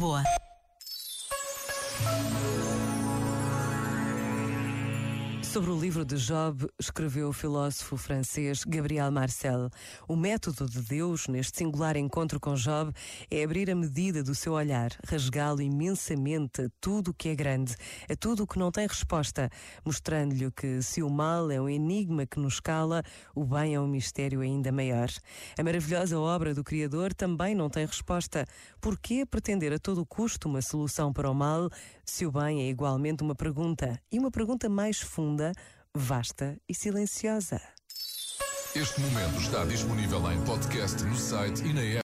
boa. Sobre o livro de Job, escreveu o filósofo francês Gabriel Marcel. O método de Deus, neste singular encontro com Job, é abrir a medida do seu olhar, rasgá-lo imensamente a tudo o que é grande, a tudo o que não tem resposta, mostrando-lhe que, se o mal é um enigma que nos cala, o bem é um mistério ainda maior. A maravilhosa obra do Criador também não tem resposta. Por que pretender a todo custo uma solução para o mal, se o bem é igualmente uma pergunta, e uma pergunta mais funda, vasta e silenciosa? Este momento está disponível em podcast no site e na app.